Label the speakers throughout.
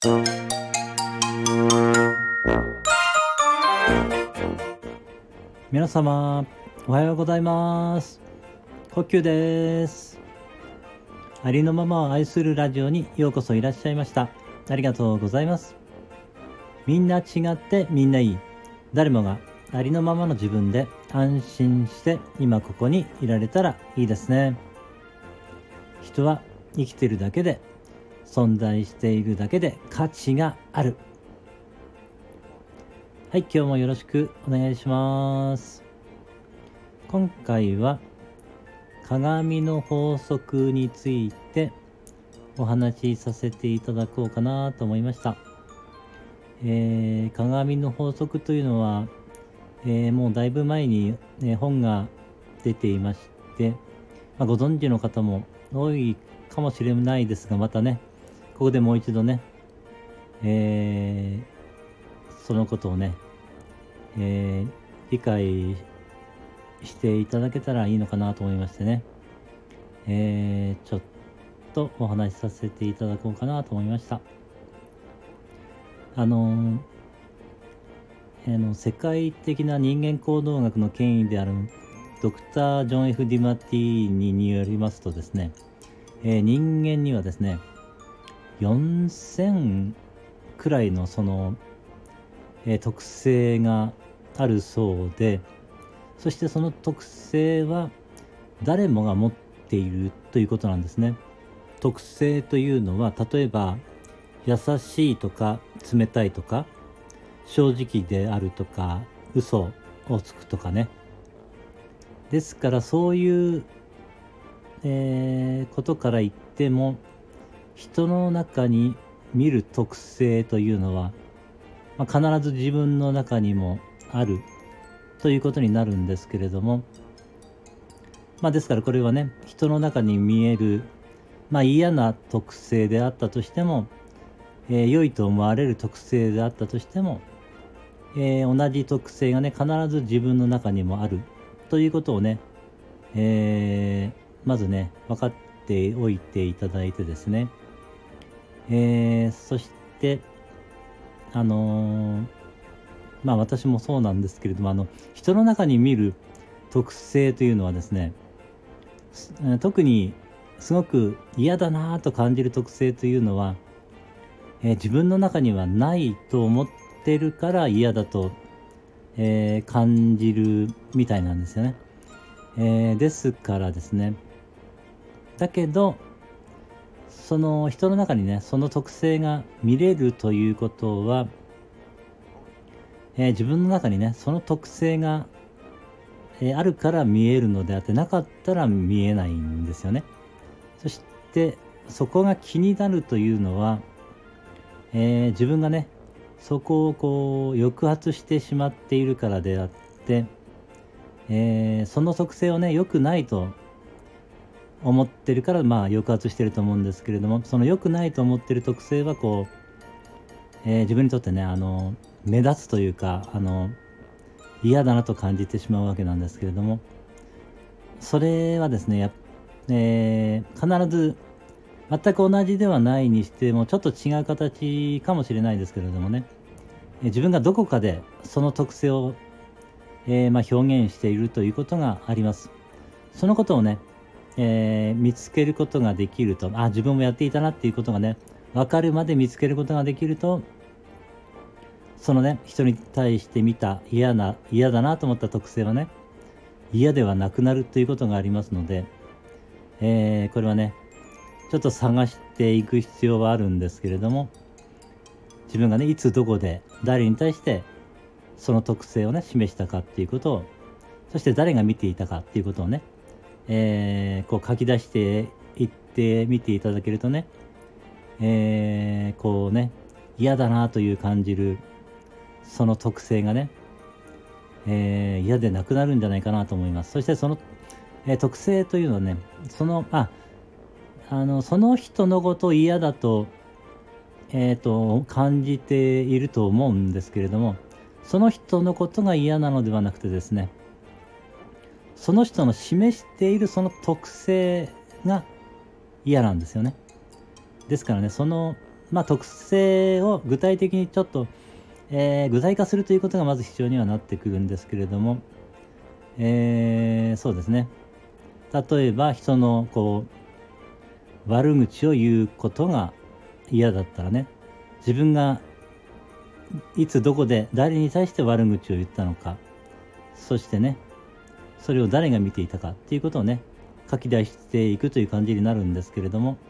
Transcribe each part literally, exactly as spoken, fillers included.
Speaker 1: 皆様おはようございます。呼吸です。ありのままを愛するラジオにようこそいらっしゃいました。ありがとうございます。みんな違ってみんないい。誰もがありのままの自分で安心して今ここにいられたらいいですね。人は生きているだけで、存在しているだけで価値がある。はい、今日もよろしくお願いします。今回は鏡の法則についてお話しさせていただこうかなと思いました。えー、鏡の法則というのは、えー、もうだいぶ前に、ね、本が出ていまして、まあ、ご存知の方も多いかもしれないですが、またね、ここでもう一度ね、えー、そのことをね、えー、理解していただけたらいいのかなと思いましてね、えー、ちょっとお話しさせていただこうかなと思いました。あのー、あの世界的な人間行動学の権威であるドクター・ジョン・ F ・ディマティーニによりますとですね、えー、人間にはですねよんせんくらいのその、えー、特性があるそうで、そしてその特性は誰もが持っているということなんですね。特性というのは、例えば優しいとか冷たいとか正直であるとか嘘をつくとかね。ですからそういう、えー、ことから言っても、人の中に見る特性というのは、まあ、必ず自分の中にもあるということになるんですけれども、まあですからこれはね、人の中に見える、まあ嫌な特性であったとしても、えー、良いと思われる特性であったとしても、えー、同じ特性がね、必ず自分の中にもあるということをね、えー、まずね、分かっておいていただいてですね、えー、そして、あのー、まあ私もそうなんですけれども、あの、人の中に見る特性というのはですね、特にすごく嫌だなと感じる特性というのは、えー、自分の中にはないと思ってるから嫌だと、えー、感じるみたいなんですよね。えー、ですからですね、だけどその人の中にね、その特性が見れるということは、えー、自分の中にね、その特性がえー、あるから見えるのであって、なかったら見えないんですよね。そしてそこが気になるというのは、えー、自分がねそこをこう抑圧してしまっているからであって、えー、その特性をね良くないと思ってるから、まあ抑圧してると思うんですけれども、その良くないと思ってる特性はこう、えー、自分にとってねあの目立つというか、あの嫌だなと感じてしまうわけなんですけれども、それはですねや、えー、必ず全く同じではないにしてもちょっと違う形かもしれないですけれどもね、えー、自分がどこかでその特性を、えーまあ、表現しているということがあります。そのことをね、えー、見つけることができると、あ、自分もやっていたなっていうことがね分かるまで見つけることができると、そのね人に対して見た嫌な嫌だなと思った特性はね嫌ではなくなるということがありますので、えー、これはねちょっと探していく必要はあるんですけれども、自分がねいつどこで誰に対してその特性をね示したかっていうことを、そして誰が見ていたかっていうことをね、えー、こう書き出していってみていただけるとね、えー、こうね嫌だなという感じるその特性がね、えー、嫌でなくなるんじゃないかなと思います。そしてその、えー、特性というのはね、そのああのその人のことを嫌だと,、えー、と感じていると思うんですけれども、その人のことが嫌なのではなくてですね、その人の示しているその特性が嫌なんですよね。ですからね、そのまあ、特性を具体的にちょっと、えー、具体化するということがまず必要にはなってくるんですけれども、えー、そうですね。例えば人のこう悪口を言うことが嫌だったらね、自分がいつどこで誰に対して悪口を言ったのか、そしてね、それを誰が見ていたかっていうことをね、書き出していくという感じになるんですけれども、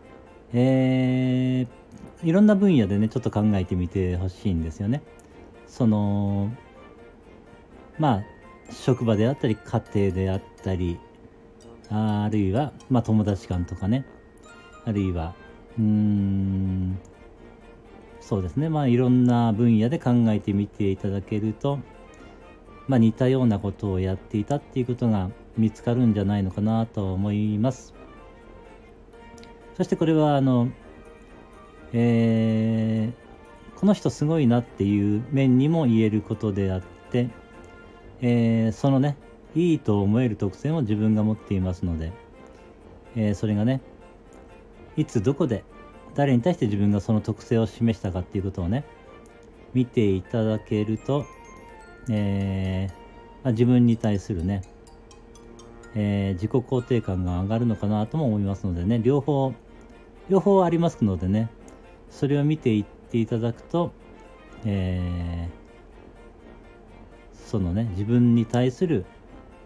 Speaker 1: えー、いろんな分野でね、ちょっと考えてみてほしいんですよね。その、まあ、職場であったり、家庭であったり、あるいは、まあ、友達間とかね、あるいは、うーん、そうですね、まあ、いろんな分野で考えてみていただけると、まあ、似たようなことをやっていたっていうことが見つかるんじゃないのかなと思います。そしてこれは、あの、えー、この人すごいなっていう面にも言えることであって、えー、そのね、いいと思える特性も自分が持っていますので、えー、それがね、いつどこで誰に対して自分がその特性を示したかっていうことをね、見ていただけると、えーまあ、自分に対するね、えー、自己肯定感が上がるのかなとも思いますのでね、両方両方ありますのでね、それを見ていっていただくと、えー、そのね、自分に対する、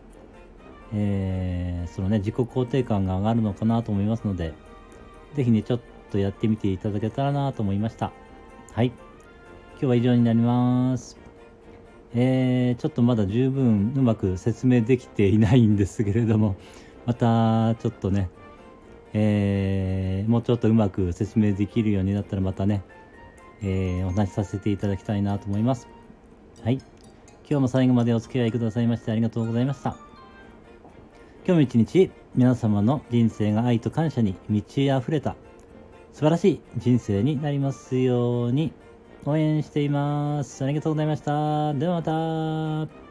Speaker 1: えー、そのね、自己肯定感が上がるのかなと思いますので、ぜひね、ちょっとやってみていただけたらなと思いました。はい。今日は以上になります。えー、ちょっとまだ十分うまく説明できていないんですけれども、またちょっとね、えー、もうちょっとうまく説明できるようになったらまたね、えー、お話しさせていただきたいなと思います。はい。今日も最後までお付き合いくださいましてありがとうございました。今日も一日皆様の人生が愛と感謝に満ち溢れた素晴らしい人生になりますように応援しています。ありがとうございました。ではまた。